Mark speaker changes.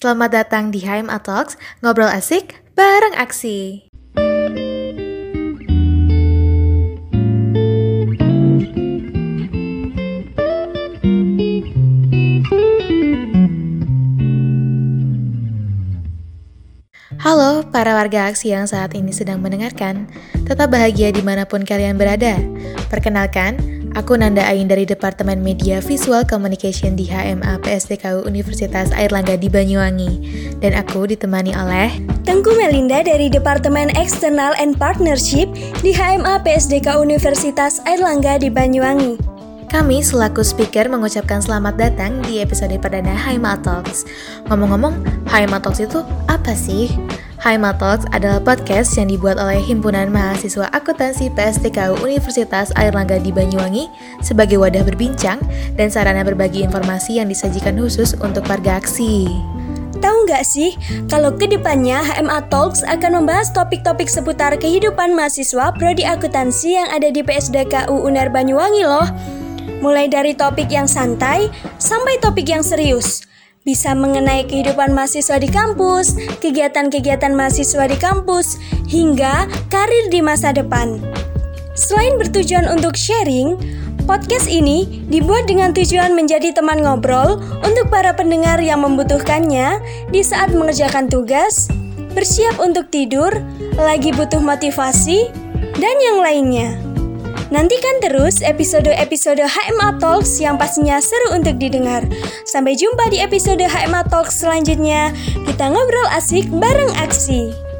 Speaker 1: Selamat datang di HMA Talks, ngobrol asik bareng Aksi. Halo para warga Aksi yang saat ini sedang mendengarkan. Tetap bahagia dimanapun kalian berada. Perkenalkan, aku Nanda Ain dari Departemen Media Visual Communication di HMA PSDKU Universitas Airlangga di Banyuwangi. Dan aku ditemani oleh
Speaker 2: Tengku Melinda dari Departemen External and Partnership di HMA PSDKU Universitas Airlangga di Banyuwangi.
Speaker 1: Kami selaku speaker mengucapkan selamat datang di episode perdana HMA Talks. Ngomong-ngomong, HMA Talks itu apa sih? HMA Talks adalah podcast yang dibuat oleh Himpunan Mahasiswa Akuntansi PSDKU Universitas Airlangga di Banyuwangi sebagai wadah berbincang dan sarana berbagi informasi yang disajikan khusus untuk warga Aksi.
Speaker 2: Tahu nggak sih, kalau kedepannya HMA Talks akan membahas topik-topik seputar kehidupan mahasiswa Prodi Akuntansi yang ada di PSDKU UNER Banyuwangi loh. Mulai dari topik yang santai sampai topik yang serius. Bisa mengenai kehidupan mahasiswa di kampus, kegiatan-kegiatan mahasiswa di kampus, hingga karir di masa depan. Selain bertujuan untuk sharing, podcast ini dibuat dengan tujuan menjadi teman ngobrol untuk para pendengar yang membutuhkannya di saat mengerjakan tugas, bersiap untuk tidur, lagi butuh motivasi, dan yang lainnya. Nantikan terus episode-episode HMA Talks yang pastinya seru untuk didengar. Sampai jumpa di episode HMA Talks selanjutnya. Kita ngobrol asik bareng Aksi.